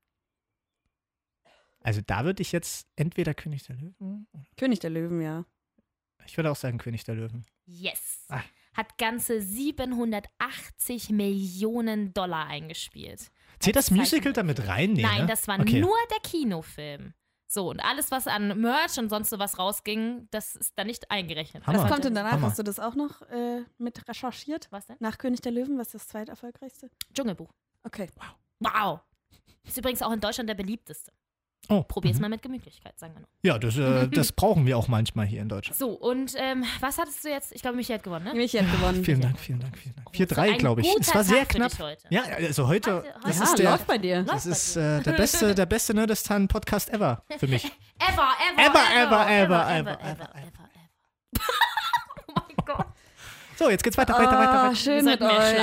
Also da würde ich jetzt entweder König der Löwen. König der Löwen, ja. Ich würde auch sagen König der Löwen. Yes. Ah. Hat ganze 780 Millionen Dollar eingespielt. Zählt das Als Musical damit rein? Nee, Nein, ne? das war Okay. nur der Kinofilm. So, und alles, was an Merch und sonst sowas rausging, das ist da nicht eingerechnet. Hammer. Das Was war kommt denn danach? Hammer. Hast du das auch noch mit recherchiert? Was denn? Nach König der Löwen, was ist das zweiterfolgreichste? Dschungelbuch. Okay. Wow. Ist übrigens auch in Deutschland der beliebteste. Oh, Probier's mal mit Gemütlichkeit, sagen wir nur. Ja, das brauchen wir auch manchmal hier in Deutschland. So, und was hattest du jetzt? Ich glaube, Michi hat gewonnen, ne? Michi hat gewonnen. Vielen Dank. 4-3, ein glaube ich. guter Es war sehr Tag für knapp. dich heute. Ja, also heute, das Ja, ist läuft bei dir. das ist der beste Nerdistan-Podcast ever für mich. Ever. Ever. Oh mein Gott. So, jetzt geht's weiter. Schön mit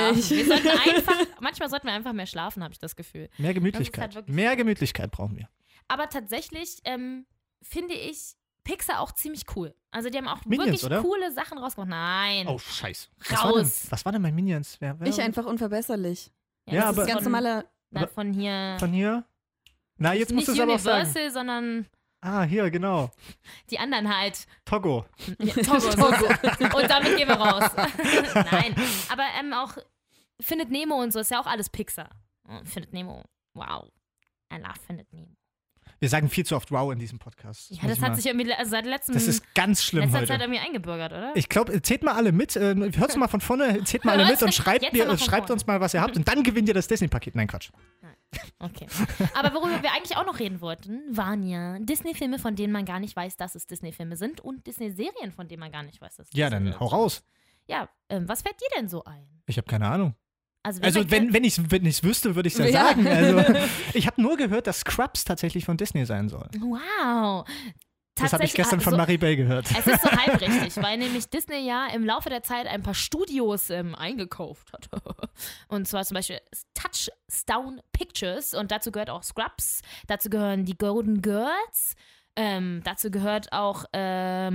euch. Manchmal sollten wir einfach mehr schlafen, habe ich das Gefühl. Mehr Gemütlichkeit. Halt Mehr Gemütlichkeit brauchen wir. Aber tatsächlich finde ich Pixar auch ziemlich cool. Also die haben auch Minions, wirklich oder? coole Sachen rausgemacht. Nein. Oh, scheiße. Raus. Was war denn bei Minions? Ich einfach unverbesserlich. Ja, das aber ist ganz normaler. Von hier. Von hier? Na, jetzt musst du es nicht aber auch sagen. Universal, sondern Hier, genau. die anderen halt. Togo. Ja, Togo. Und damit gehen wir raus. Nein, aber auch Findet Nemo und so ist ja auch alles Pixar. Findet Nemo. Wow. I love Findet Nemo. Wir sagen viel zu oft wow in diesem Podcast. Ja, das hat sich irgendwie seit Das ist ganz schlimm letzter heute. Zeit irgendwie eingebürgert, oder? Ich glaube, zählt mal alle mit. Hört's mal von vorne, zählt mal alle mit und schreibt uns mal, was ihr habt. Und dann gewinnt ihr das Disney-Paket. Nein, Quatsch. Okay. Aber worüber wir eigentlich auch noch reden wollten, waren ja Disney-Filme, von denen man gar nicht weiß, dass es Disney-Filme sind und Disney-Serien, von denen man gar nicht weiß, dass es Ja, Disney dann hau raus. Ja, was fällt dir denn so ein? Ich habe keine Ahnung. Also wenn ich es wüsste, würde ich es ja sagen. Also, ich habe nur gehört, dass Scrubs tatsächlich von Disney sein soll. Wow. Das habe ich gestern von Maribel gehört. Es ist so halb richtig, weil nämlich Disney ja im Laufe der Zeit ein paar Studios eingekauft hat. Und zwar zum Beispiel Touchstone Pictures und dazu gehört auch Scrubs, dazu gehören die Golden Girls, dazu gehört auch Hör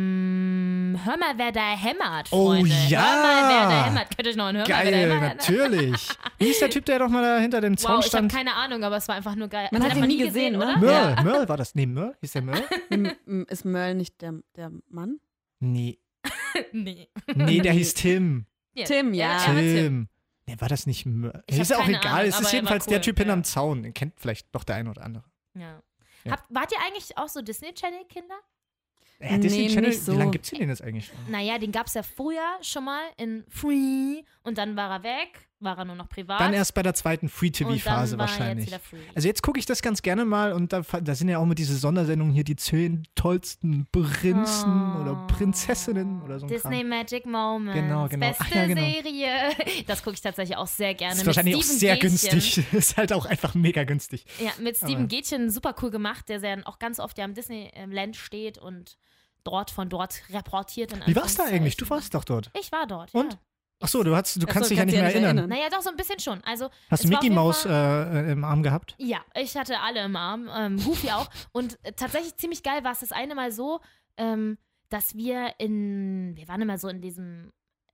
mal, wer da hämmert, Freunde. Oh ja! Hör mal, wer da hämmert. Könnt ihr euch noch einen Hör mal, wer da Geil, hämmert? natürlich. Wie ist der Typ, der doch mal da hinter dem Zaun Wow, ich habe stand? keine Ahnung, aber es war einfach nur geil. Man hat ihn nie gesehen, oder? ne? Merle war das. Nee, Merle? Hieß der Merle? Ist Merle nicht der Mann? Nee. Nee. Nee, der hieß Tim. Tim, ja. Er war Tim. Nee, war das nicht Merle? Ich hab Ist ja auch keine egal. Ahnung, Es aber ist er jedenfalls war der cool, Typ hinterm ja. Zaun. Den kennt vielleicht doch der ein oder andere. Ja. Ja. Wart ihr eigentlich auch so Disney-Channel-Kinder? Ja, Disney Nee, Channel, nicht so. wie lange gibt's den jetzt eigentlich schon? Naja, den gab es ja früher schon mal in Free und dann war er weg, war er nur noch privat. Dann erst bei der zweiten Free-TV-Phase und dann war er wahrscheinlich. Jetzt wieder free. Also jetzt gucke ich das ganz gerne mal und da sind ja auch mit diese Sondersendungen hier die 10 tollsten Prinzen oder Prinzessinnen oder so ein Disney Kram. Magic Moments. Genau. Beste Ach ja, genau. Serie. Das gucke ich tatsächlich auch sehr gerne. Das ist mit wahrscheinlich auch Steven sehr Gätchen. günstig. Ist halt auch einfach mega günstig. Ja, mit Steven Gätchen super cool gemacht, der sehr auch ganz oft ja am Disneyland steht und von dort reportiert. Wie war's da eigentlich? Du warst doch dort. Ich war dort, Und? ja. Achso, du kannst dich ja nicht mehr erinnern. Naja, doch, so ein bisschen schon. Also, Hast es du war auf Mickey jeden Maus Fall- im Arm gehabt? Ja, ich hatte alle im Arm, Goofy auch. Und tatsächlich ziemlich geil war es das eine Mal so, dass wir waren immer so in diesem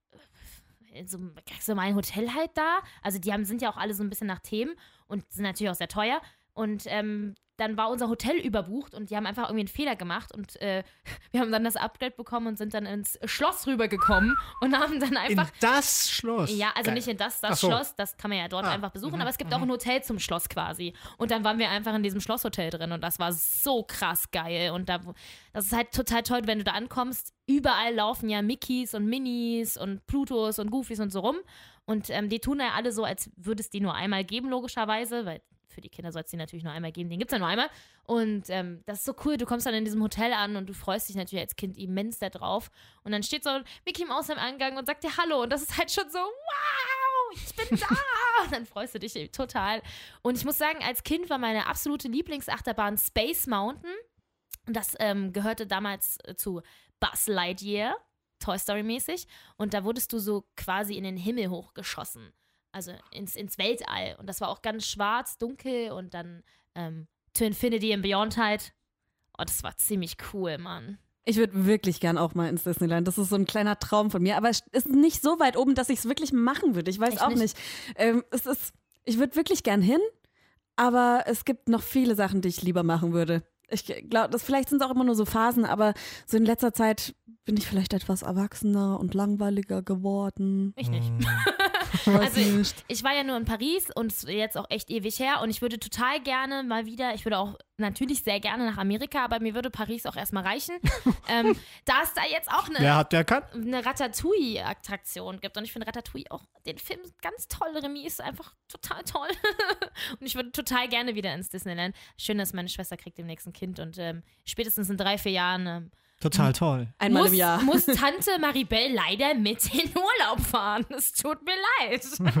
so mein Hotel halt da. Also die sind ja auch alle so ein bisschen nach Themen und sind natürlich auch sehr teuer. Und dann war unser Hotel überbucht und die haben einfach irgendwie einen Fehler gemacht und wir haben dann das Upgrade bekommen und sind dann ins Schloss rübergekommen und haben dann einfach... In das Schloss? Ja, also Geil. nicht in das Ach so. Schloss, das kann man ja dort einfach besuchen, aber es gibt auch ein Hotel zum Schloss quasi. Und dann waren wir einfach in diesem Schlosshotel drin und das war so krass geil. Und das ist halt total toll, wenn du da ankommst. Überall laufen ja Mickeys und Minis und Plutos und Goofys und so rum. Und die tun ja alle so, als würde es die nur einmal geben, logischerweise, weil für die Kinder soll es die natürlich nur einmal geben, den gibt es ja nur einmal. Und das ist so cool, du kommst dann in diesem Hotel an und du freust dich natürlich als Kind immens da drauf. Und dann steht so ein Mickey Maus am Eingang und sagt dir Hallo. Und das ist halt schon so, wow, ich bin da. Und dann freust du dich total. Und ich muss sagen, als Kind war meine absolute Lieblingsachterbahn Space Mountain. Und das gehörte damals zu Buzz Lightyear, Toy Story mäßig. Und da wurdest du so quasi in den Himmel hochgeschossen. Also ins Weltall. Und das war auch ganz schwarz, dunkel und dann To Infinity and Beyond halt. Oh, das war ziemlich cool, Mann. Ich würde wirklich gern auch mal ins Disneyland. Das ist so ein kleiner Traum von mir. Aber es ist nicht so weit oben, dass ich es wirklich machen würde. Ich weiß Echt auch nicht? nicht. Ich würde wirklich gern hin, aber es gibt noch viele Sachen, die ich lieber machen würde. Ich glaube, vielleicht sind es auch immer nur so Phasen, aber so in letzter Zeit bin ich vielleicht etwas erwachsener und langweiliger geworden. Ich nicht. Weiß Also nicht. ich war ja nur in Paris und es ist jetzt auch echt ewig her und ich würde total gerne mal wieder, ich würde auch natürlich sehr gerne nach Amerika, aber mir würde Paris auch erstmal reichen. Da es da jetzt auch Wer hat, der kann? eine Ratatouille-Attraktion gibt und ich finde Ratatouille auch, den Film ganz toll, Remy ist einfach total toll und ich würde total gerne wieder ins Disneyland. Schön, dass meine Schwester kriegt demnächst ein Kind und spätestens in 3-4 Jahren Total toll. Einmal im Jahr. muss Tante Maribel leider mit in Urlaub fahren. Es tut mir leid.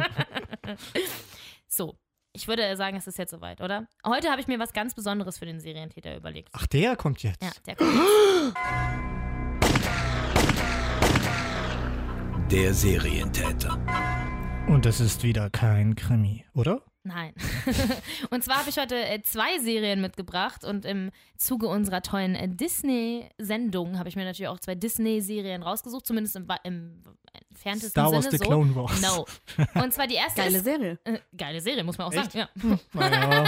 So, ich würde sagen, es ist jetzt soweit, oder? Heute habe ich mir was ganz Besonderes für den Serientäter überlegt. Ach, der kommt jetzt. Ja, der kommt jetzt. der Serientäter. Und es ist wieder kein Krimi, oder? Nein. Und zwar habe ich heute 2 Serien mitgebracht und im Zuge unserer tollen Disney-Sendung habe ich mir natürlich auch 2 Disney-Serien rausgesucht, zumindest im entferntesten Star Wars, Sinne The so. Clone Wars. No. Und zwar die erste Geile ist... Serie. Geile Serie, muss man auch Echt? sagen. Ja. Naja.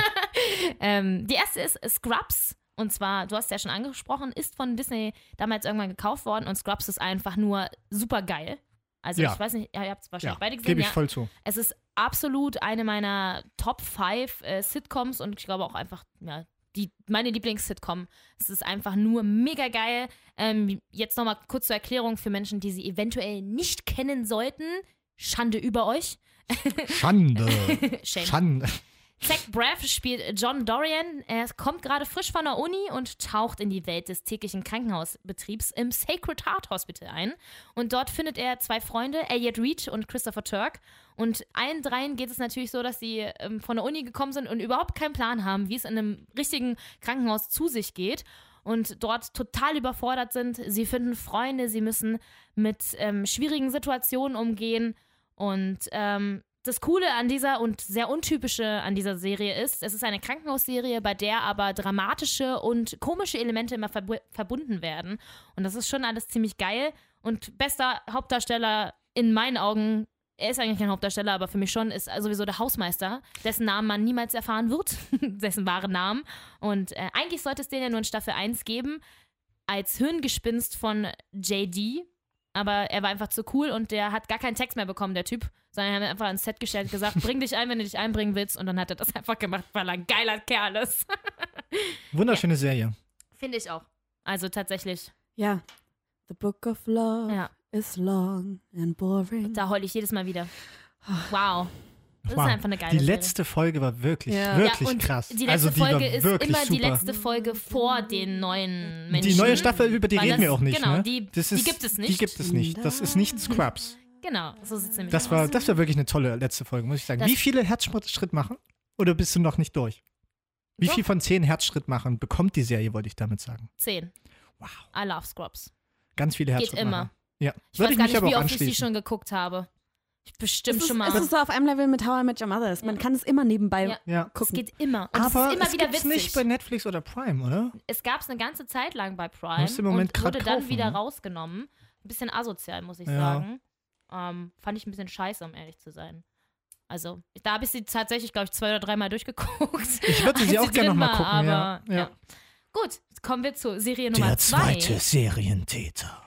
Die erste ist Scrubs. Und zwar, du hast es ja schon angesprochen, ist von Disney damals irgendwann gekauft worden und Scrubs ist einfach nur super geil. Also Ja. ich weiß nicht, ihr habt es wahrscheinlich beide gesehen. Gebe ich Ja. voll zu. Es ist absolut eine meiner Top 5 Sitcoms und ich glaube auch einfach, ja, meine Lieblings-Sitcom. Es ist einfach nur mega geil. Jetzt nochmal kurz zur Erklärung für Menschen, die sie eventuell nicht kennen sollten. Schande über euch. Schande. Shame. Schande. Zach Braff spielt John Dorian. Er kommt gerade frisch von der Uni und taucht in die Welt des täglichen Krankenhausbetriebs im Sacred Heart Hospital ein. Und dort findet er 2 Freunde, Elliot Reed und Christopher Turk. Und allen dreien geht es natürlich so, dass sie von der Uni gekommen sind und überhaupt keinen Plan haben, wie es in einem richtigen Krankenhaus zu sich geht. Und dort total überfordert sind. Sie finden Freunde, sie müssen mit schwierigen Situationen umgehen. Und das Coole an dieser und sehr untypische an dieser Serie ist, es ist eine Krankenhausserie, bei der aber dramatische und komische Elemente immer verbunden werden. Und das ist schon alles ziemlich geil. Und bester Hauptdarsteller in meinen Augen, er ist eigentlich kein Hauptdarsteller, aber für mich schon, ist sowieso der Hausmeister, dessen Namen man niemals erfahren wird, dessen wahren Namen. Und eigentlich sollte es den ja nur in Staffel 1 geben, als Hirngespinst von JD. Aber er war einfach zu cool und der hat gar keinen Text mehr bekommen, der Typ. Sondern er hat mir einfach ans Set gestellt und gesagt, bring dich ein, wenn du dich einbringen willst. Und dann hat er das einfach gemacht, weil er ein geiler Kerl ist. Wunderschöne Serie. Finde ich auch. Also tatsächlich, Ja. The Book of Love ja, is long and boring. da heule ich jedes Mal wieder. Wow. Das Wow. ist einfach eine geile Die Serie. letzte Folge war wirklich, Ja. wirklich und krass. Die letzte also die Folge war ist wirklich immer super. die letzte Folge vor den neuen Menschen. Die neue Staffel, über die Weil reden das- wir auch nicht. Genau, ne? die Das gibt es nicht. Die gibt es nicht. Das ist nicht Scrubs. Genau, so sieht es nämlich Das aus. war wirklich eine tolle letzte Folge, muss ich sagen. Das- Wie viele Herzschrittmacher? Oder bist du noch nicht durch? Wie Doch. viel von 10 Herzschrittmachern bekommt die Serie, wollte ich damit sagen? 10. Wow. I love Scrubs. Ganz viele Geht Herzschrittmacher. immer. Ja, Ich würde weiß ich gar mich nicht, aber wie auch oft ich die anschließen. schon geguckt habe. Bestimmt Es schon mal. ist so auf einem Level mit How I Met Your Mother ist. Man kann es immer nebenbei Ja. Ja. Es gucken. geht immer. Und Aber es ist immer es wieder gibt's witzig. nicht bei Netflix oder Prime, oder? Es gab es eine ganze Zeit lang bei Prime Musst du im Moment und wurde grad dann kaufen, wieder ne? rausgenommen. Ein bisschen asozial, muss ich Ja. sagen. Fand ich ein bisschen scheiße, um ehrlich zu sein. Also, da habe ich sie tatsächlich, glaube ich, 2 oder 3 Mal durchgeguckt. Ich würde sie als auch gerne drin nochmal war, gucken. aber, Ja. Gut, jetzt kommen wir zu Serie Nummer Der 2. zweite Serientäter.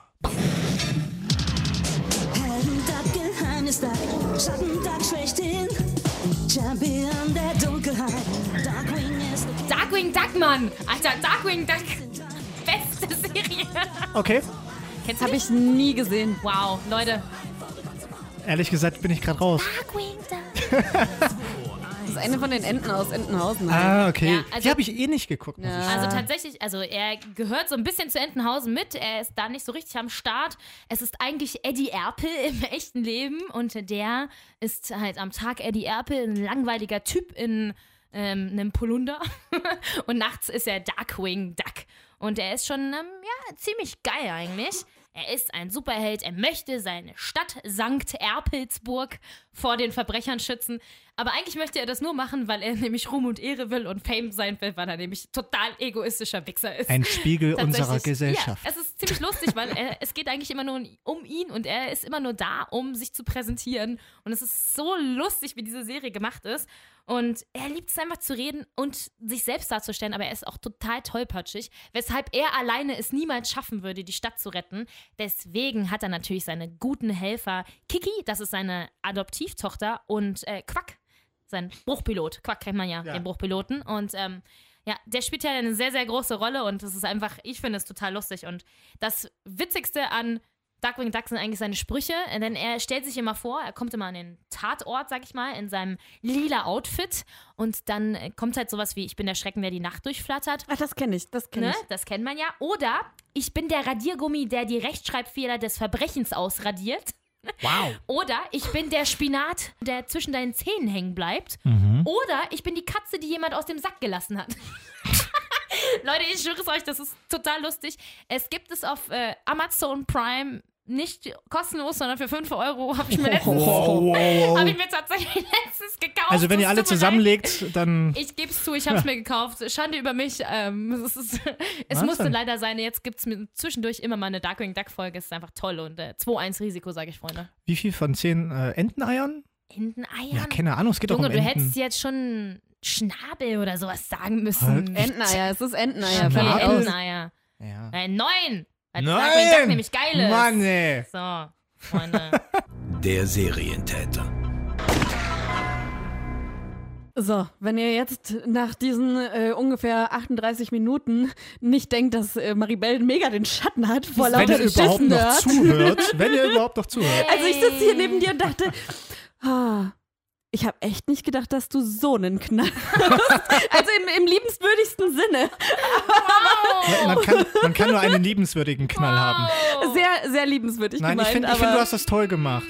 Heldentag, Geheimnistag, Schattentag schlechthin. Champion der Dunkelheit. Darkwing ist Darkwing Duck, Mann! Alter, Darkwing Duck! Beste Serie! Okay, Kennst du Habe die? ich nie gesehen. Wow, Leute. ehrlich gesagt bin ich gerade raus. Darkwing Duck. Das ist eine von den Enten aus Entenhausen. halt. Ah, okay. Ja, also- die habe ich eh nicht geguckt, muss ich Ja. sagen. Also tatsächlich, er gehört so ein bisschen zu Entenhausen mit. Er ist da nicht so richtig am Start. Es ist eigentlich Eddie Erpel im echten Leben und der ist halt am Tag Eddie Erpel ein langweiliger Typ in einem Polunder und nachts ist er Darkwing Duck. Und er ist schon ziemlich geil eigentlich. Er ist ein Superheld, er möchte seine Stadt St. Erpelsburg vor den Verbrechern schützen. Aber eigentlich möchte er das nur machen, weil er nämlich Ruhm und Ehre will und Fame sein will, weil er nämlich total egoistischer Wichser ist. Ein Spiegel unserer Tatsächlich. Gesellschaft. Ja, es ist ziemlich lustig, weil es geht eigentlich immer nur um ihn und er ist immer nur da, um sich zu präsentieren. Und es ist so lustig, wie diese Serie gemacht ist. Und er liebt es einfach zu reden und sich selbst darzustellen, aber er ist auch total tollpatschig, weshalb er alleine es niemals schaffen würde, die Stadt zu retten. Deswegen hat er natürlich seine guten Helfer. Kiki, das ist seine Adoptivtochter, und Quack, sein Bruchpilot. Quack kennt man ja, den Bruchpiloten. Und der spielt ja eine sehr, sehr große Rolle und das ist einfach, ich finde es total lustig. Und das Witzigste an Darkwing Duck sind eigentlich seine Sprüche, denn er stellt sich immer vor, er kommt immer an den Tatort, sag ich mal, in seinem lila Outfit und dann kommt halt sowas wie, ich bin der Schrecken, der die Nacht durchflattert. Ach, das kenne ich, Ne? Das kennt man ja. Oder ich bin der Radiergummi, der die Rechtschreibfehler des Verbrechens ausradiert. Wow. Oder ich bin der Spinat, der zwischen deinen Zähnen hängen bleibt. Oder ich bin die Katze, die jemand aus dem Sack gelassen hat. Leute, ich schwöre es euch, das ist total lustig. Es gibt es auf Amazon Prime nicht kostenlos, sondern für 5 € habe ich mir tatsächlich letztens gekauft. Also wenn ihr alle zusammenlegt, dann... Ich gebe es zu, ich habe es mir gekauft. Schande über mich. Es musste leider sein. Jetzt gibt es mir zwischendurch immer mal eine Darkwing Duck-Folge. Es ist einfach toll. Und 2-1 Risiko, sage ich, Freunde. Wie viel von 10 Enteneiern? Enteneiern? Ja, keine Ahnung, es geht Junge, doch um Enten. du hättest jetzt schon Schnabel oder sowas sagen müssen. Enteneier, es ist Enteneier. Schnabel. Okay, Enteneier. Ja. 9. Weil Nein! Darkwing Duck nämlich geil ist. Mann, ey. So, Freunde. Der Serientäter. So, wenn ihr jetzt nach diesen ungefähr 38 Minuten nicht denkt, dass Maribel mega den Schatten hat vor Wenn lauter ihr überhaupt noch Diss-Nerds. zuhört. Wenn ihr überhaupt noch zuhört. Also ich sitze hier neben dir und dachte, ich habe echt nicht gedacht, dass du so einen Knall hast. Also im liebenswürdigsten Sinne. Man kann nur einen liebenswürdigen Knall haben. Sehr, sehr liebenswürdig Nein, gemeint. ich finde, du hast das toll gemacht.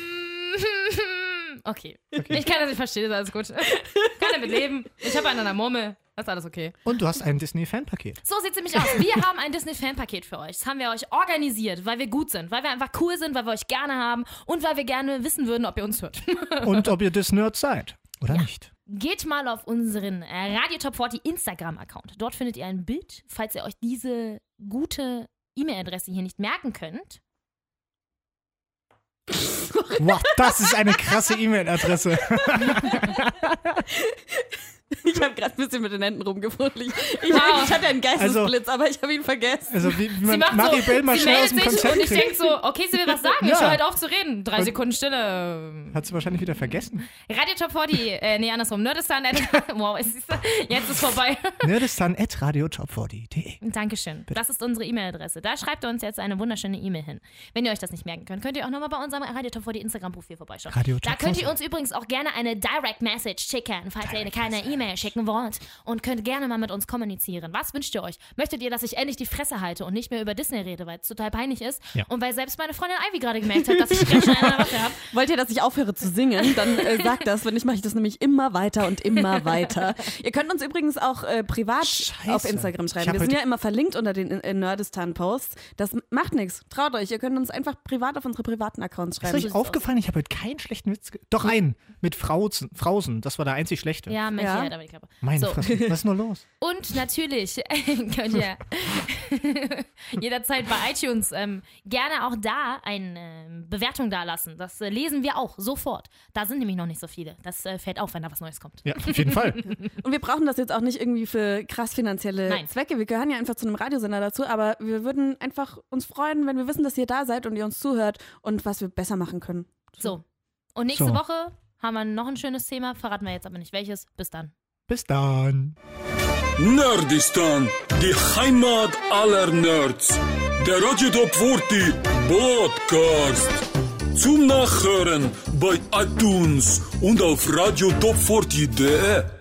Okay. Ich kann das nicht verstehen, das ist alles gut. Kann damit leben. Ich habe einen an der Murmel. Das ist alles okay. Und du hast ein Disney-Fanpaket. So sieht es nämlich aus. Wir haben ein Disney-Fanpaket für euch. Das haben wir euch organisiert, weil wir gut sind, weil wir einfach cool sind, weil wir euch gerne haben und weil wir gerne wissen würden, ob ihr uns hört. Und ob ihr Dis-Nerds seid. Oder nicht. Geht mal auf unseren Radio Top 40 Instagram-Account. Dort findet ihr ein Bild, falls ihr euch diese gute E-Mail-Adresse hier nicht merken könnt. Wow, das ist eine krasse E-Mail-Adresse. Ich habe gerade ein bisschen mit den Händen rumgefuchtelt. Ich hatte einen Geistesblitz, aber ich habe ihn vergessen. Also wie man Maribel mal schnell aus dem Konzept und ich kriegt. denke so, okay, sie will was sagen, Ja. ich höre halt auf zu reden. 3 Sekunden Stille. Hat sie wahrscheinlich wieder vergessen. Radio Top 40, andersrum, Nerdistan. Wow, jetzt ist vorbei. Nerdistan@radiotop40.de. Dankeschön. Das ist unsere E-Mail-Adresse. Da schreibt ihr uns jetzt eine wunderschöne E-Mail hin. Wenn ihr euch das nicht merken könnt, könnt ihr auch nochmal bei unserem Radio Top 40 Instagram-Profil vorbeischauen. Da könnt ihr uns übrigens auch gerne eine Direct Message schicken, falls ihr keine E-Mail schicken wollt. Und könnt gerne mal mit uns kommunizieren. Was wünscht ihr euch? Möchtet ihr, dass ich endlich die Fresse halte und nicht mehr über Disney rede, weil es total peinlich ist? Ja. Und weil selbst meine Freundin Ivy gerade gemerkt hat, dass ich ganz schnell eine Waffe habe. Wollt ihr, dass ich aufhöre zu singen? Dann sagt das. Wenn nicht, mache ich das nämlich immer weiter und immer weiter. Ihr könnt uns übrigens auch privat auf Instagram schreiben. Wir sind ja immer verlinkt unter den Nerdistan-Posts. Das macht nichts. Traut euch. Ihr könnt uns einfach privat auf unsere privaten Accounts Ist schreiben. euch aufgefallen, ich habe heute keinen schlechten Witz. Doch einen. Mit Frausen. Das war der einzig schlechte. Ja, Mensch, Ja. halt aber die Klappe. Meine So. Fresse. Was ist nur los? Und natürlich könnt ihr jederzeit bei iTunes gerne auch da eine Bewertung dalassen. Das lesen wir auch sofort. Da sind nämlich noch nicht so viele. Das fällt auf, wenn da was Neues kommt. Ja, auf jeden Fall. Und wir brauchen das jetzt auch nicht irgendwie für krass finanzielle Zwecke. Wir gehören ja einfach zu einem Radiosender dazu, aber wir würden einfach uns freuen, wenn wir wissen, dass ihr da seid und ihr uns zuhört und was wir besser machen können. So. Und nächste Woche haben wir noch ein schönes Thema. Verraten wir jetzt aber nicht welches. Bis dann. Bis dann. Nerdistan, die Heimat aller Nerds. Der Radio Top 40 Podcast. Zum Nachhören bei iTunes und auf radiotop40.de.